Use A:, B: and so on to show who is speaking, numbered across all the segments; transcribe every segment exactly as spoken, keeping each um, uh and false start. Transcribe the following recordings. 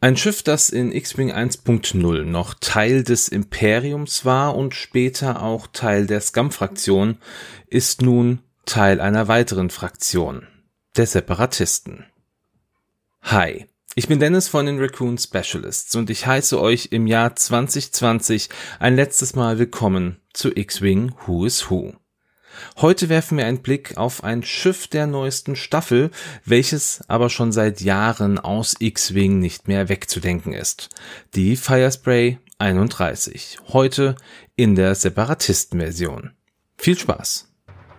A: Ein Schiff, das in X-Wing eins Punkt null noch Teil des Imperiums war und später auch Teil der Scum-Fraktion, ist nun Teil einer weiteren Fraktion, der Separatisten. Hi, ich bin Dennis von den Raccoon Specialists und ich heiße euch im Jahr zwanzig zwanzig ein letztes Mal willkommen zu X-Wing Who is Who. Heute werfen wir einen Blick auf ein Schiff der neuesten Staffel, welches aber schon seit Jahren aus X-Wing nicht mehr wegzudenken ist. Die Firespray einunddreißig. Heute in der Separatisten-Version. Viel Spaß!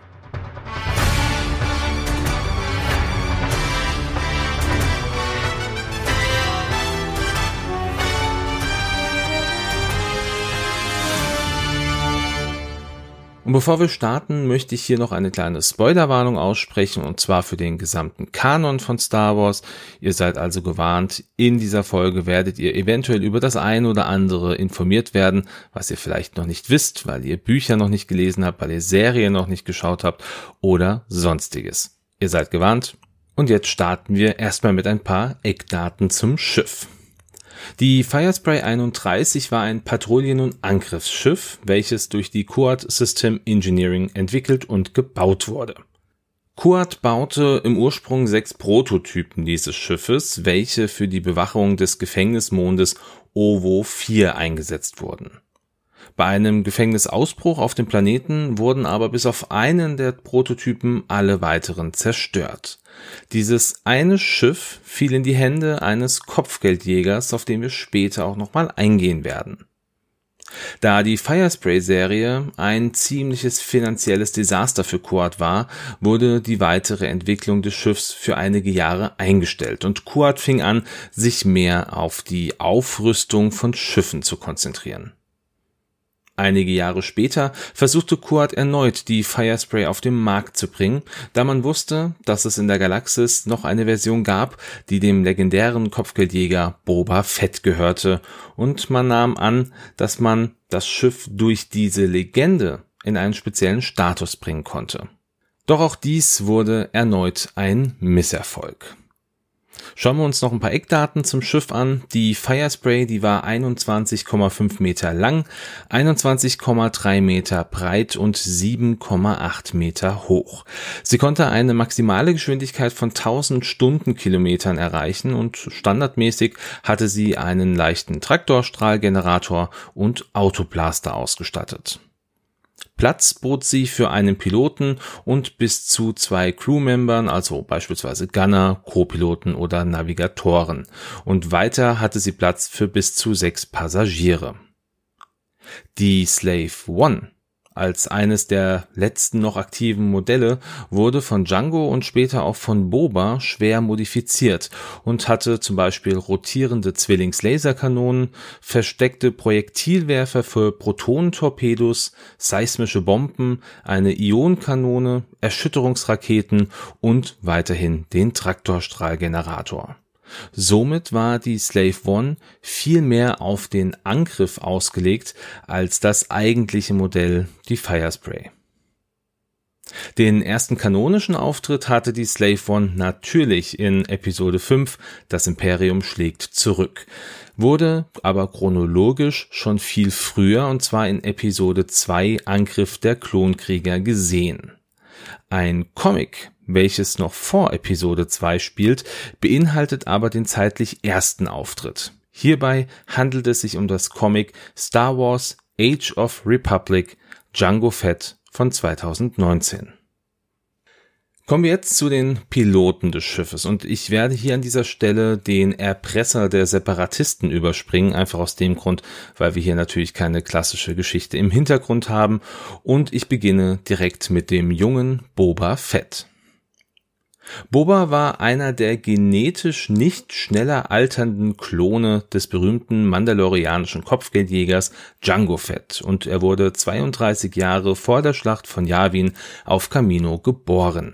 A: Und bevor wir starten, möchte ich hier noch eine kleine Spoilerwarnung aussprechen, und zwar für den gesamten Kanon von Star Wars. Ihr seid also gewarnt, in dieser Folge werdet ihr eventuell über das eine oder andere informiert werden, was ihr vielleicht noch nicht wisst, weil ihr Bücher noch nicht gelesen habt, weil ihr Serien noch nicht geschaut habt oder sonstiges. Ihr seid gewarnt und jetzt starten wir erstmal mit ein paar Eckdaten zum Schiff. Die Firespray einunddreißig war ein Patrouillen- und Angriffsschiff, welches durch die Kuat System Engineering entwickelt und gebaut wurde. Kuat baute im Ursprung sechs Prototypen dieses Schiffes, welche für die Bewachung des Gefängnismondes Ovo vier eingesetzt wurden. Bei einem Gefängnisausbruch auf dem Planeten wurden aber bis auf einen der Prototypen alle weiteren zerstört. Dieses eine Schiff fiel in die Hände eines Kopfgeldjägers, auf den wir später auch nochmal eingehen werden. Da die Firespray-Serie ein ziemliches finanzielles Desaster für Kuat war, wurde die weitere Entwicklung des Schiffs für einige Jahre eingestellt und Kuat fing an, sich mehr auf die Aufrüstung von Schiffen zu konzentrieren. Einige Jahre später versuchte Kuat erneut, die Firespray auf den Markt zu bringen, da man wusste, dass es in der Galaxis noch eine Version gab, die dem legendären Kopfgeldjäger Boba Fett gehörte, und man nahm an, dass man das Schiff durch diese Legende in einen speziellen Status bringen konnte. Doch auch dies wurde erneut ein Misserfolg. Schauen wir uns noch ein paar Eckdaten zum Schiff an. Die Firespray, die war einundzwanzig Komma fünf Meter lang, einundzwanzig Komma drei Meter breit und sieben Komma acht Meter hoch. Sie konnte eine maximale Geschwindigkeit von tausend Stundenkilometern erreichen und standardmäßig hatte sie einen leichten Traktorstrahlgenerator und Autoblaster ausgestattet. Platz bot sie für einen Piloten und bis zu zwei Crewmembern, also beispielsweise Gunner, Co-Piloten oder Navigatoren. Und weiter hatte sie Platz für bis zu sechs Passagiere. Die Slave One, als eines der letzten noch aktiven Modelle, wurde von Jango und später auch von Boba schwer modifiziert und hatte zum Beispiel rotierende Zwillings-Laserkanonen, versteckte Projektilwerfer für Protonentorpedos, seismische Bomben, eine Ionenkanone, Erschütterungsraketen und weiterhin den Traktorstrahlgenerator. Somit war die Slave One viel mehr auf den Angriff ausgelegt als das eigentliche Modell, die Firespray. Den ersten kanonischen Auftritt hatte die Slave One natürlich in Episode fünf, Das Imperium schlägt zurück, wurde aber chronologisch schon viel früher, und zwar in Episode zwei, Angriff der Klonkrieger, gesehen. Ein Comic, welches noch vor Episode zwei spielt, beinhaltet aber den zeitlich ersten Auftritt. Hierbei handelt es sich um das Comic Star Wars Age of Republic Jango Fett von zweitausendneunzehn. Kommen wir jetzt zu den Piloten des Schiffes, und ich werde hier an dieser Stelle den Erpresser der Separatisten überspringen, einfach aus dem Grund, weil wir hier natürlich keine klassische Geschichte im Hintergrund haben, und ich beginne direkt mit dem jungen Boba Fett. Boba war einer der genetisch nicht schneller alternden Klone des berühmten mandalorianischen Kopfgeldjägers Jango Fett, und er wurde zweiunddreißig Jahre vor der Schlacht von Yavin auf Kamino geboren.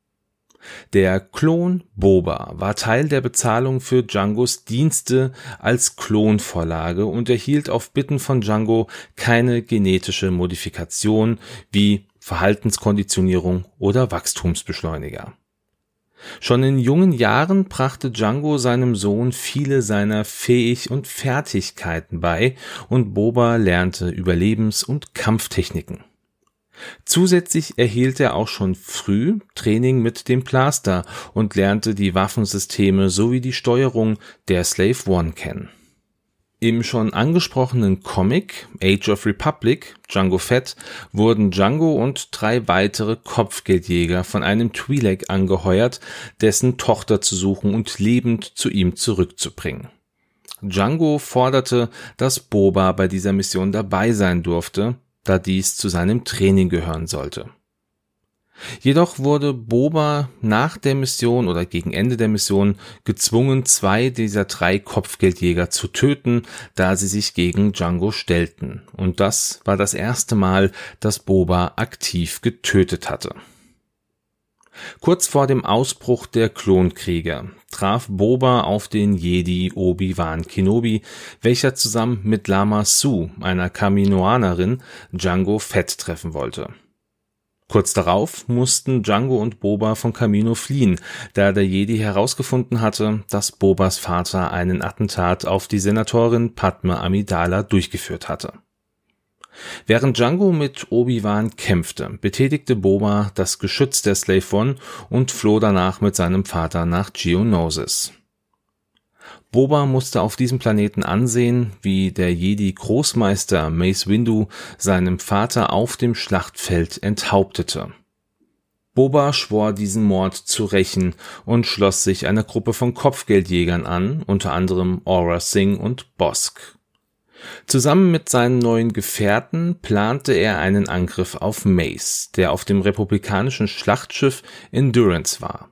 A: Der Klon Boba war Teil der Bezahlung für Jangos Dienste als Klonvorlage und erhielt auf Bitten von Jango keine genetische Modifikation wie Verhaltenskonditionierung oder Wachstumsbeschleuniger. Schon in jungen Jahren brachte Django seinem Sohn viele seiner Fähig- und Fertigkeiten bei und Boba lernte Überlebens- und Kampftechniken. Zusätzlich erhielt er auch schon früh Training mit dem Blaster und lernte die Waffensysteme sowie die Steuerung der Slave One kennen. Im schon angesprochenen Comic Age of Republic, Jango Fett, wurden Django und drei weitere Kopfgeldjäger von einem Twi'lek angeheuert, dessen Tochter zu suchen und lebend zu ihm zurückzubringen. Django forderte, dass Boba bei dieser Mission dabei sein durfte, da dies zu seinem Training gehören sollte. Jedoch wurde Boba nach der Mission oder gegen Ende der Mission gezwungen, zwei dieser drei Kopfgeldjäger zu töten, da sie sich gegen Django stellten. Und das war das erste Mal, dass Boba aktiv getötet hatte. Kurz vor dem Ausbruch der Klonkriege traf Boba auf den Jedi Obi-Wan Kenobi, welcher zusammen mit Lama Su, einer Kaminoanerin, Jango Fett treffen wollte. Kurz darauf mussten Django und Boba von Kamino fliehen, da der Jedi herausgefunden hatte, dass Bobas Vater einen Attentat auf die Senatorin Padme Amidala durchgeführt hatte. Während Django mit Obi-Wan kämpfte, betätigte Boba das Geschütz der Slave One und floh danach mit seinem Vater nach Geonosis. Boba musste auf diesem Planeten ansehen, wie der Jedi-Großmeister Mace Windu seinem Vater auf dem Schlachtfeld enthauptete. Boba schwor diesen Mord zu rächen und schloss sich einer Gruppe von Kopfgeldjägern an, unter anderem Aurra Sing und Bossk. Zusammen mit seinen neuen Gefährten plante er einen Angriff auf Mace, der auf dem republikanischen Schlachtschiff Endurance war.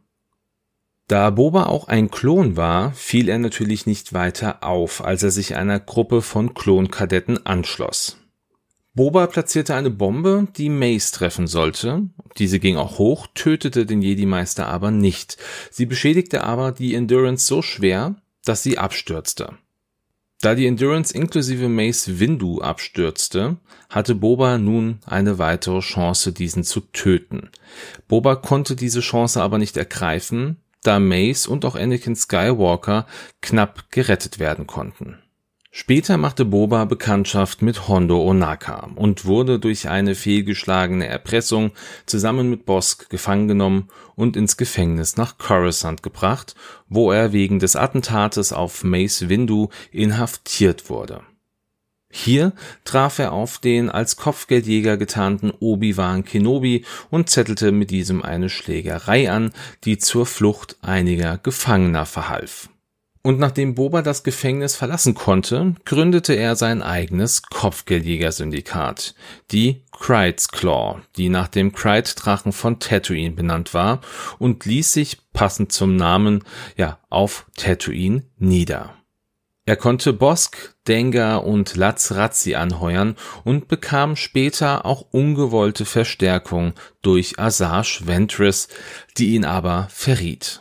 A: Da Boba auch ein Klon war, fiel er natürlich nicht weiter auf, als er sich einer Gruppe von Klonkadetten anschloss. Boba platzierte eine Bombe, die Mace treffen sollte. Diese ging auch hoch, tötete den Jedi-Meister aber nicht. Sie beschädigte aber die Endurance so schwer, dass sie abstürzte. Da die Endurance inklusive Mace Windu abstürzte, hatte Boba nun eine weitere Chance, diesen zu töten. Boba konnte diese Chance aber nicht ergreifen, da Mace und auch Anakin Skywalker knapp gerettet werden konnten. Später machte Boba Bekanntschaft mit Hondo Ohnaka und wurde durch eine fehlgeschlagene Erpressung zusammen mit Bossk gefangen genommen und ins Gefängnis nach Coruscant gebracht, wo er wegen des Attentates auf Mace Windu inhaftiert wurde. Hier traf er auf den als Kopfgeldjäger getarnten Obi-Wan Kenobi und zettelte mit diesem eine Schlägerei an, die zur Flucht einiger Gefangener verhalf. Und nachdem Boba das Gefängnis verlassen konnte, gründete er sein eigenes Kopfgeldjäger-Syndikat, die Kryde's Claw, die nach dem Kryde-Drachen von Tatooine benannt war und ließ sich, passend zum Namen, ja, auf Tatooine nieder. Er konnte Bossk, Dengar und Laz Razi anheuern und bekam später auch ungewollte Verstärkung durch Asajj Ventress, die ihn aber verriet.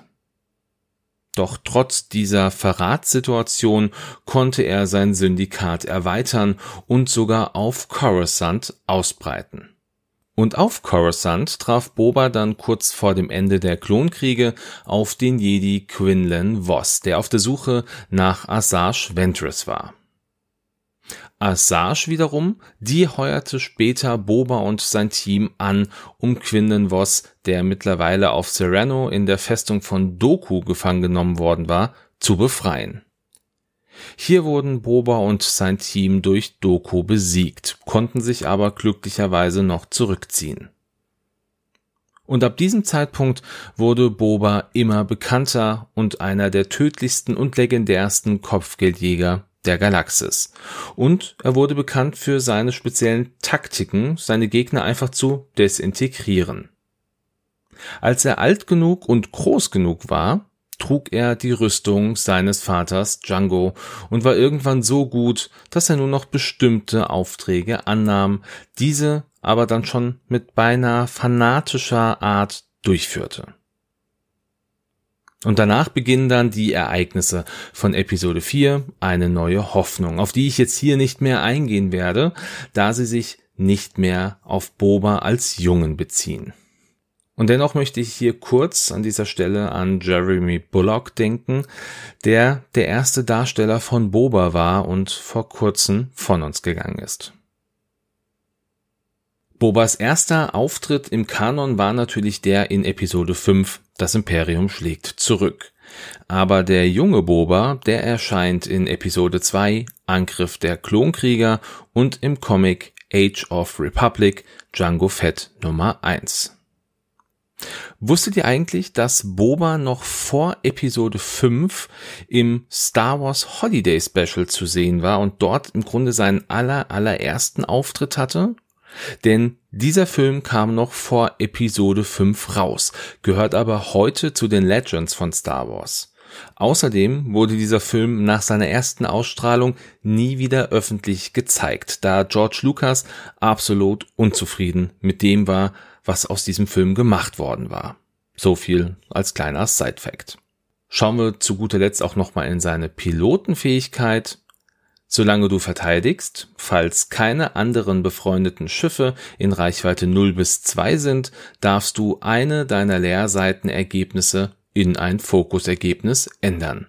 A: Doch trotz dieser Verratssituation konnte er sein Syndikat erweitern und sogar auf Coruscant ausbreiten. Und auf Coruscant traf Boba dann kurz vor dem Ende der Klonkriege auf den Jedi Quinlan Vos, der auf der Suche nach Asajj Ventress war. Asajj wiederum, die heuerte später Boba und sein Team an, um Quinlan Vos, der mittlerweile auf Serenno in der Festung von Dooku gefangen genommen worden war, zu befreien. Hier wurden Boba und sein Team durch Dooku besiegt, konnten sich aber glücklicherweise noch zurückziehen. Und ab diesem Zeitpunkt wurde Boba immer bekannter und einer der tödlichsten und legendärsten Kopfgeldjäger der Galaxis. Und er wurde bekannt für seine speziellen Taktiken, seine Gegner einfach zu desintegrieren. Als er alt genug und groß genug war, trug er die Rüstung seines Vaters Django und war irgendwann so gut, dass er nur noch bestimmte Aufträge annahm, diese aber dann schon mit beinahe fanatischer Art durchführte. Und danach beginnen dann die Ereignisse von Episode vier, eine neue Hoffnung, auf die ich jetzt hier nicht mehr eingehen werde, da sie sich nicht mehr auf Boba als Jungen beziehen. Und dennoch möchte ich hier kurz an dieser Stelle an Jeremy Bulloch denken, der der erste Darsteller von Boba war und vor kurzem von uns gegangen ist. Bobas erster Auftritt im Kanon war natürlich der in Episode fünf, Das Imperium schlägt zurück. Aber der junge Boba, der erscheint in Episode zwei, Angriff der Klonkrieger und im Comic Age of Republic, Jango Fett Nummer eins. Wusstet ihr eigentlich, dass Boba noch vor Episode fünf im Star Wars Holiday Special zu sehen war und dort im Grunde seinen aller, allerersten Auftritt hatte? Denn dieser Film kam noch vor Episode fünf raus, gehört aber heute zu den Legends von Star Wars. Außerdem wurde dieser Film nach seiner ersten Ausstrahlung nie wieder öffentlich gezeigt, da George Lucas absolut unzufrieden mit dem war, was aus diesem Film gemacht worden war. So viel als kleiner Side-Fact. Schauen wir zu guter Letzt auch nochmal in seine Pilotenfähigkeit. Solange du verteidigst, falls keine anderen befreundeten Schiffe in Reichweite null bis zwei sind, darfst du eine deiner Leerseitenergebnisse in ein Fokusergebnis ändern.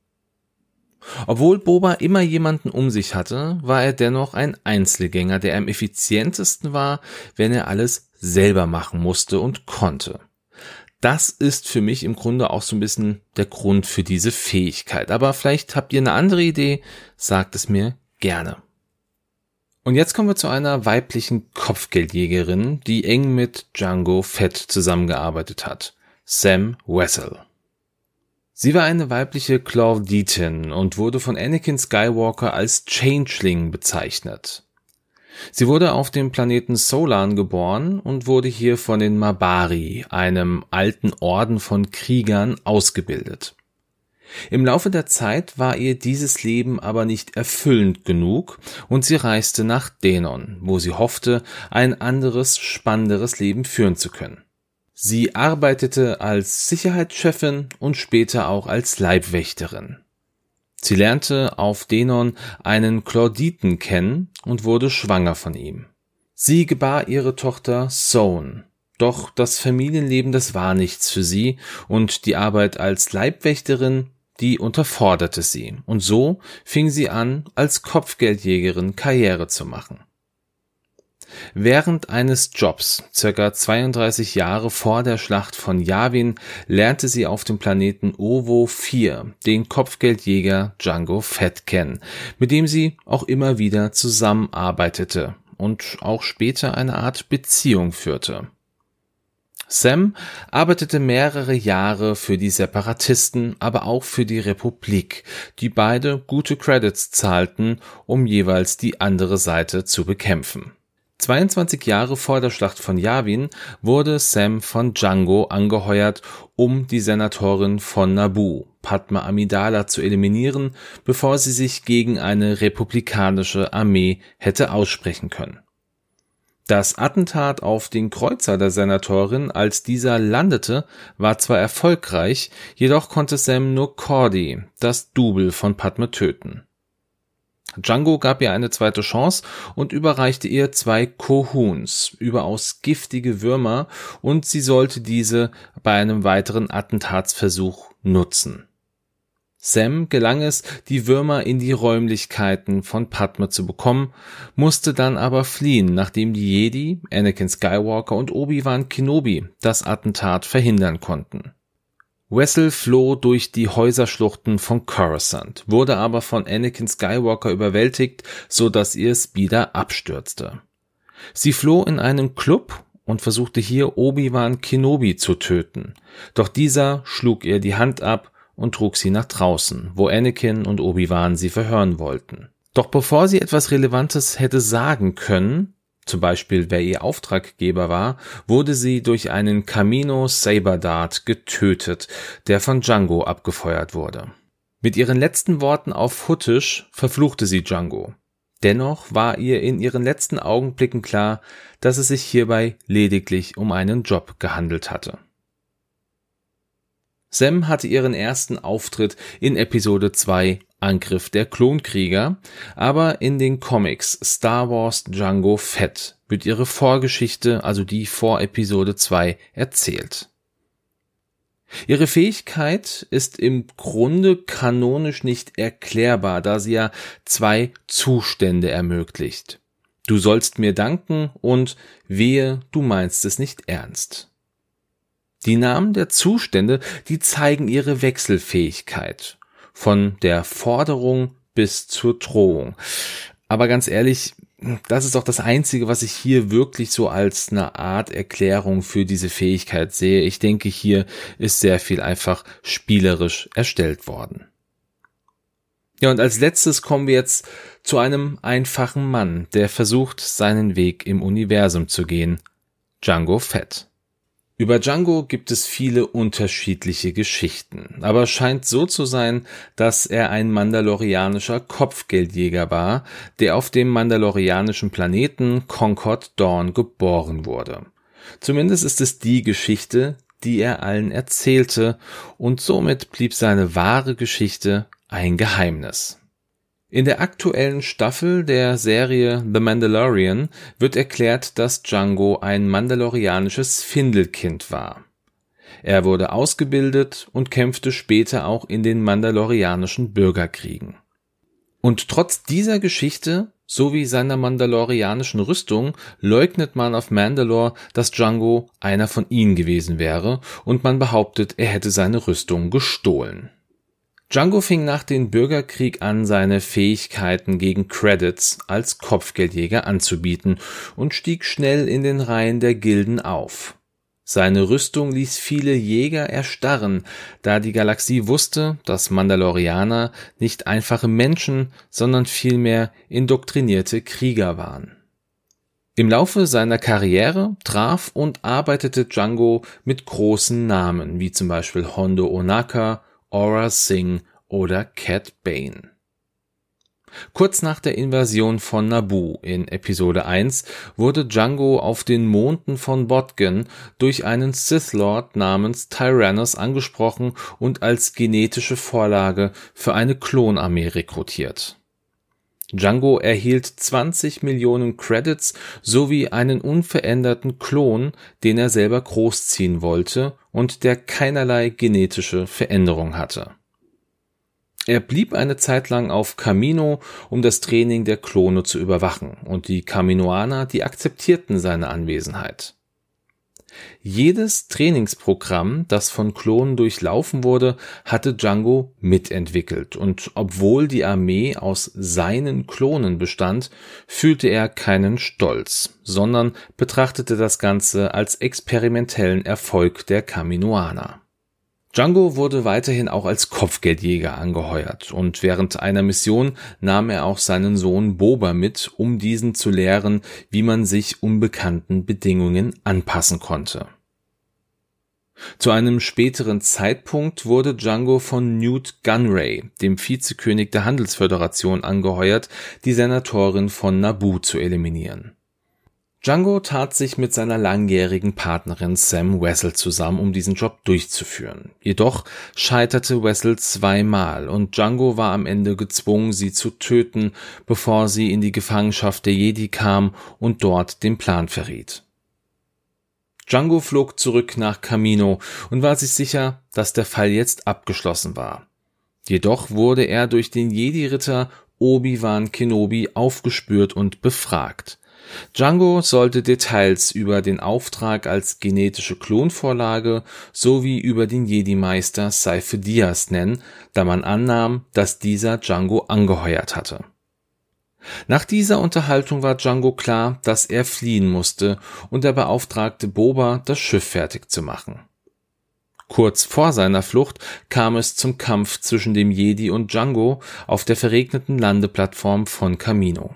A: Obwohl Boba immer jemanden um sich hatte, war er dennoch ein Einzelgänger, der am effizientesten war, wenn er alles selber machen musste und konnte. Das ist für mich im Grunde auch so ein bisschen der Grund für diese Fähigkeit. Aber vielleicht habt ihr eine andere Idee, sagt es mir gerne. Und jetzt kommen wir zu einer weiblichen Kopfgeldjägerin, die eng mit Jango Fett zusammengearbeitet hat. Zam Wesell. Sie war eine weibliche Clauditin und wurde von Anakin Skywalker als Changeling bezeichnet. Sie wurde auf dem Planeten Solan geboren und wurde hier von den Mabari, einem alten Orden von Kriegern, ausgebildet. Im Laufe der Zeit war ihr dieses Leben aber nicht erfüllend genug und sie reiste nach Denon, wo sie hoffte, ein anderes, spannenderes Leben führen zu können. Sie arbeitete als Sicherheitschefin und später auch als Leibwächterin. Sie lernte auf Denon einen Clauditen kennen und wurde schwanger von ihm. Sie gebar ihre Tochter Sohn. Doch das Familienleben, das war nichts für sie und die Arbeit als Leibwächterin, die unterforderte sie. Und so fing sie an, als Kopfgeldjägerin Karriere zu machen. Während eines Jobs, circa zweiunddreißig Jahre vor der Schlacht von Yavin, lernte sie auf dem Planeten Ovo vier den Kopfgeldjäger Jango Fett kennen, mit dem sie auch immer wieder zusammenarbeitete und auch später eine Art Beziehung führte. Zam arbeitete mehrere Jahre für die Separatisten, aber auch für die Republik, die beide gute Credits zahlten, um jeweils die andere Seite zu bekämpfen. zweiundzwanzig Jahre vor der Schlacht von Yavin wurde Zam von Jango angeheuert, um die Senatorin von Naboo, Padmé Amidala, zu eliminieren, bevor sie sich gegen eine republikanische Armee hätte aussprechen können. Das Attentat auf den Kreuzer der Senatorin, als dieser landete, war zwar erfolgreich, jedoch konnte Zam nur Cordy, das Double von Padmé, töten. Jango gab ihr eine zweite Chance und überreichte ihr zwei Cohuns, überaus giftige Würmer, und sie sollte diese bei einem weiteren Attentatsversuch nutzen. Zam gelang es, die Würmer in die Räumlichkeiten von Padmé zu bekommen, musste dann aber fliehen, nachdem die Jedi, Anakin Skywalker und Obi-Wan Kenobi das Attentat verhindern konnten. Wesell floh durch die Häuserschluchten von Coruscant, wurde aber von Anakin Skywalker überwältigt, so dass ihr Speeder abstürzte. Sie floh in einen Club und versuchte hier Obi-Wan Kenobi zu töten, doch dieser schlug ihr die Hand ab und trug sie nach draußen, wo Anakin und Obi-Wan sie verhören wollten. Doch bevor sie etwas Relevantes hätte sagen können, zum Beispiel wer ihr Auftraggeber war, wurde sie durch einen Kamino Saber Dart getötet, der von Jango abgefeuert wurde. Mit ihren letzten Worten auf Huttisch verfluchte sie Jango. Dennoch war ihr in ihren letzten Augenblicken klar, dass es sich hierbei lediglich um einen Job gehandelt hatte. Zam hatte ihren ersten Auftritt in Episode zwei Angriff der Klonkrieger, aber in den Comics Star Wars Jango Fett wird ihre Vorgeschichte, also die vor Episode zwei, erzählt. Ihre Fähigkeit ist im Grunde kanonisch nicht erklärbar, da sie ja zwei Zustände ermöglicht. Du sollst mir danken und wehe, du meinst es nicht ernst. Die Namen der Zustände, die zeigen ihre Wechselfähigkeit. Von der Forderung bis zur Drohung. Aber ganz ehrlich, das ist doch das Einzige, was ich hier wirklich so als eine Art Erklärung für diese Fähigkeit sehe. Ich denke, hier ist sehr viel einfach spielerisch erstellt worden. Ja, und als letztes kommen wir jetzt zu einem einfachen Mann, der versucht, seinen Weg im Universum zu gehen. Jango Fett. Über Jango gibt es viele unterschiedliche Geschichten, aber es scheint so zu sein, dass er ein mandalorianischer Kopfgeldjäger war, der auf dem mandalorianischen Planeten Concord Dawn geboren wurde. Zumindest ist es die Geschichte, die er allen erzählte, und somit blieb seine wahre Geschichte ein Geheimnis. In der aktuellen Staffel der Serie The Mandalorian wird erklärt, dass Jango ein mandalorianisches Findelkind war. Er wurde ausgebildet und kämpfte später auch in den mandalorianischen Bürgerkriegen. Und trotz dieser Geschichte sowie seiner mandalorianischen Rüstung leugnet man auf Mandalore, dass Jango einer von ihnen gewesen wäre, und man behauptet, er hätte seine Rüstung gestohlen. Jango fing nach dem Bürgerkrieg an, seine Fähigkeiten gegen Credits als Kopfgeldjäger anzubieten und stieg schnell in den Reihen der Gilden auf. Seine Rüstung ließ viele Jäger erstarren, da die Galaxie wusste, dass Mandalorianer nicht einfache Menschen, sondern vielmehr indoktrinierte Krieger waren. Im Laufe seiner Karriere traf und arbeitete Jango mit großen Namen, wie zum Beispiel Hondo Ohnaka, Aurra Sing oder Cad Bane. Kurz nach der Invasion von Naboo in Episode eins wurde Jango auf den Monden von Botgen durch einen Sith Lord namens Tyrannus angesprochen und als genetische Vorlage für eine Klonarmee rekrutiert. Jango erhielt zwanzig Millionen Credits sowie einen unveränderten Klon, den er selber großziehen wollte und der keinerlei genetische Veränderung hatte. Er blieb eine Zeit lang auf Kamino, um das Training der Klone zu überwachen, und die Kaminoaner, die akzeptierten seine Anwesenheit. Jedes Trainingsprogramm, das von Klonen durchlaufen wurde, hatte Jango mitentwickelt, und obwohl die Armee aus seinen Klonen bestand, fühlte er keinen Stolz, sondern betrachtete das Ganze als experimentellen Erfolg der Kaminoaner. Jango wurde weiterhin auch als Kopfgeldjäger angeheuert, und während einer Mission nahm er auch seinen Sohn Boba mit, um diesen zu lehren, wie man sich unbekannten Bedingungen anpassen konnte. Zu einem späteren Zeitpunkt wurde Jango von Newt Gunray, dem Vizekönig der Handelsföderation, angeheuert, die Senatorin von Naboo zu eliminieren. Jango tat sich mit seiner langjährigen Partnerin Sam Wessel zusammen, um diesen Job durchzuführen. Jedoch scheiterte Wessel zweimal und Jango war am Ende gezwungen, sie zu töten, bevor sie in die Gefangenschaft der Jedi kam und dort den Plan verriet. Jango flog zurück nach Kamino und war sich sicher, dass der Fall jetzt abgeschlossen war. Jedoch wurde er durch den Jedi-Ritter Obi-Wan Kenobi aufgespürt und befragt. Jango sollte Details über den Auftrag als genetische Klonvorlage sowie über den Jedi-Meister Seife Dyas nennen, da man annahm, dass dieser Jango angeheuert hatte. Nach dieser Unterhaltung war Jango klar, dass er fliehen musste, und er beauftragte Boba, das Schiff fertig zu machen. Kurz vor seiner Flucht kam es zum Kampf zwischen dem Jedi und Jango auf der verregneten Landeplattform von Kamino.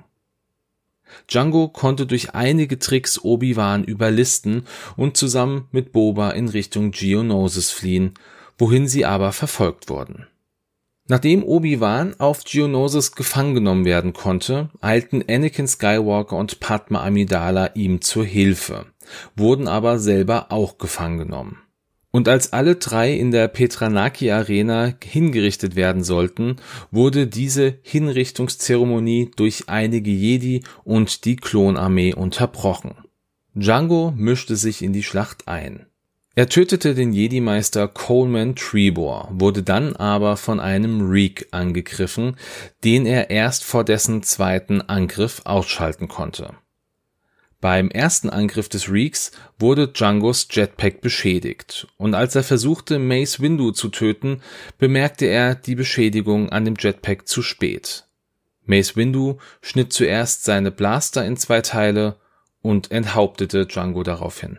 A: Jango konnte durch einige Tricks Obi-Wan überlisten und zusammen mit Boba in Richtung Geonosis fliehen, wohin sie aber verfolgt wurden. Nachdem Obi-Wan auf Geonosis gefangen genommen werden konnte, eilten Anakin Skywalker und Padme Amidala ihm zur Hilfe, wurden aber selber auch gefangen genommen. Und als alle drei in der Petranaki Arena hingerichtet werden sollten, wurde diese Hinrichtungszeremonie durch einige Jedi und die Klonarmee unterbrochen. Django mischte sich in die Schlacht ein. Er tötete den Jedi-Meister Coleman Trebor, wurde dann aber von einem Reek angegriffen, den er erst vor dessen zweiten Angriff ausschalten konnte. Beim ersten Angriff des Reeks wurde Djangos Jetpack beschädigt, und als er versuchte, Mace Windu zu töten, bemerkte er die Beschädigung an dem Jetpack zu spät. Mace Windu schnitt zuerst seine Blaster in zwei Teile und enthauptete Django daraufhin.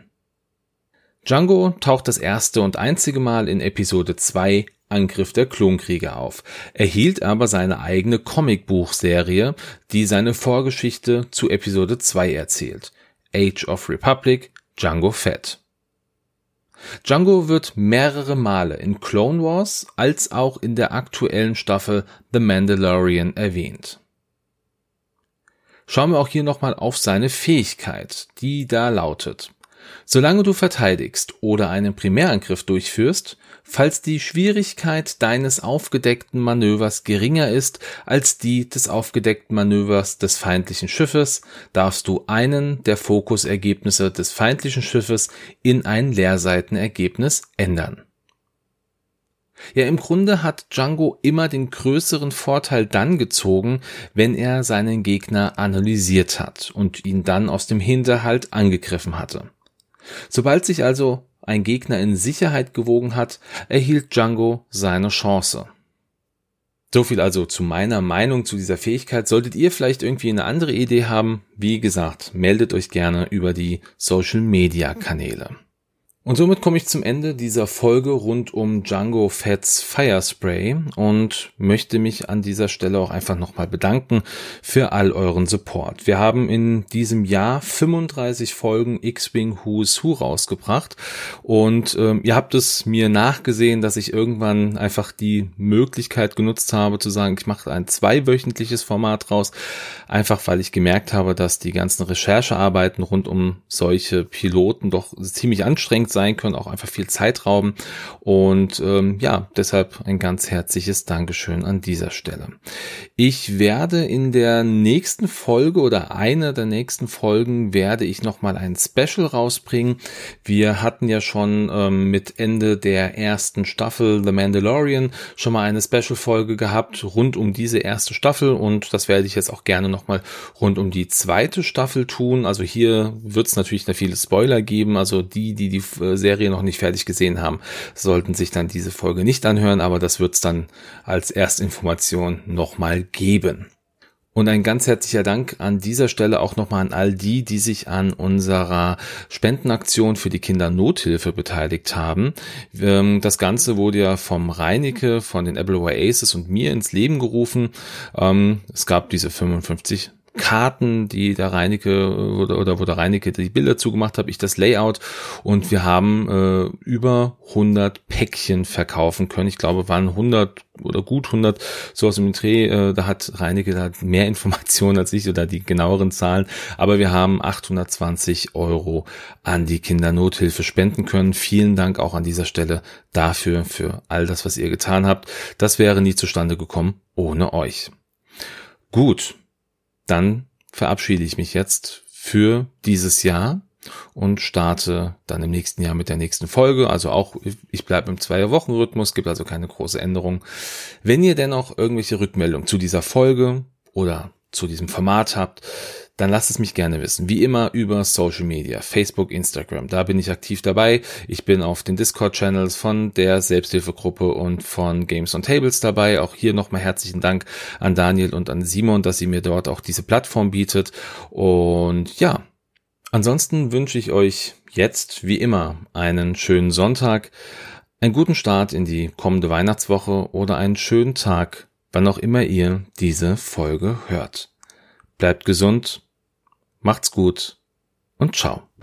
A: Django taucht das erste und einzige Mal in Episode zwei Angriff der Klonkrieger auf, erhielt aber seine eigene Comicbuchserie, die seine Vorgeschichte zu Episode zwei erzählt. Age of Republic, Django Fett. Django wird mehrere Male in Clone Wars als auch in der aktuellen Staffel The Mandalorian erwähnt. Schauen wir auch hier nochmal auf seine Fähigkeit, die da lautet: Solange du verteidigst oder einen Primärangriff durchführst, falls die Schwierigkeit deines aufgedeckten Manövers geringer ist als die des aufgedeckten Manövers des feindlichen Schiffes, darfst du einen der Fokusergebnisse des feindlichen Schiffes in ein Leerseitenergebnis ändern. Ja, im Grunde hat Django immer den größeren Vorteil dann gezogen, wenn er seinen Gegner analysiert hat und ihn dann aus dem Hinterhalt angegriffen hatte. Sobald sich also ein Gegner in Sicherheit gewogen hat, erhielt Django seine Chance. So viel also zu meiner Meinung zu dieser Fähigkeit. Solltet ihr vielleicht irgendwie eine andere Idee haben, wie gesagt, meldet euch gerne über die Social-Media-Kanäle. Und somit komme ich zum Ende dieser Folge rund um Django Fett's Firespray und möchte mich an dieser Stelle auch einfach nochmal bedanken für all euren Support. Wir haben in diesem Jahr fünfunddreißig Folgen X-Wing Who's Who rausgebracht und ähm, ihr habt es mir nachgesehen, dass ich irgendwann einfach die Möglichkeit genutzt habe zu sagen, ich mache ein zweiwöchentliches Format raus, einfach weil ich gemerkt habe, dass die ganzen Recherchearbeiten rund um solche Piloten doch ziemlich anstrengend sein können, auch einfach viel Zeit rauben und ähm, ja, deshalb ein ganz herzliches Dankeschön an dieser Stelle. Ich werde in der nächsten Folge oder einer der nächsten Folgen werde ich nochmal ein Special rausbringen. Wir hatten ja schon ähm, mit Ende der ersten Staffel The Mandalorian schon mal eine Special-Folge gehabt rund um diese erste Staffel und das werde ich jetzt auch gerne nochmal rund um die zweite Staffel tun. Also hier wird es natürlich noch viele Spoiler geben, also die, die die Serie noch nicht fertig gesehen haben, sollten sich dann diese Folge nicht anhören, aber das wird es dann als Erstinformation nochmal geben. Und ein ganz herzlicher Dank an dieser Stelle auch nochmal an all die, die sich an unserer Spendenaktion für die Kindernothilfe beteiligt haben. Das Ganze wurde ja vom Reinecke, von den Appleware Aces und mir ins Leben gerufen. Es gab diese fünfundfünfzig Karten, die der Reinecke oder, oder wo der Reinecke die Bilder zugemacht hat, ich das Layout und wir haben äh, über hundert Päckchen verkaufen können. Ich glaube, waren hundert oder gut hundert, so aus dem Dreh, äh, da hat Reinecke da mehr Informationen als ich oder die genaueren Zahlen, aber wir haben achthundertzwanzig Euro an die Kindernothilfe spenden können. Vielen Dank auch an dieser Stelle dafür, für all das, was ihr getan habt. Das wäre nie zustande gekommen ohne euch. Gut. Dann verabschiede ich mich jetzt für dieses Jahr und starte dann im nächsten Jahr mit der nächsten Folge. Also auch, ich bleibe im Zwei-Wochen-Rhythmus, gibt also keine große Änderung. Wenn ihr dennoch irgendwelche Rückmeldungen zu dieser Folge oder zu diesem Format habt, dann lasst es mich gerne wissen. Wie immer über Social Media, Facebook, Instagram. Da bin ich aktiv dabei. Ich bin auf den Discord-Channels von der Selbsthilfegruppe und von Games on Tables dabei. Auch hier nochmal herzlichen Dank an Daniel und an Simon, dass sie mir dort auch diese Plattform bietet. Und ja, ansonsten wünsche ich euch jetzt wie immer einen schönen Sonntag, einen guten Start in die kommende Weihnachtswoche oder einen schönen Tag, wann auch immer ihr diese Folge hört. Bleibt gesund, macht's gut und ciao.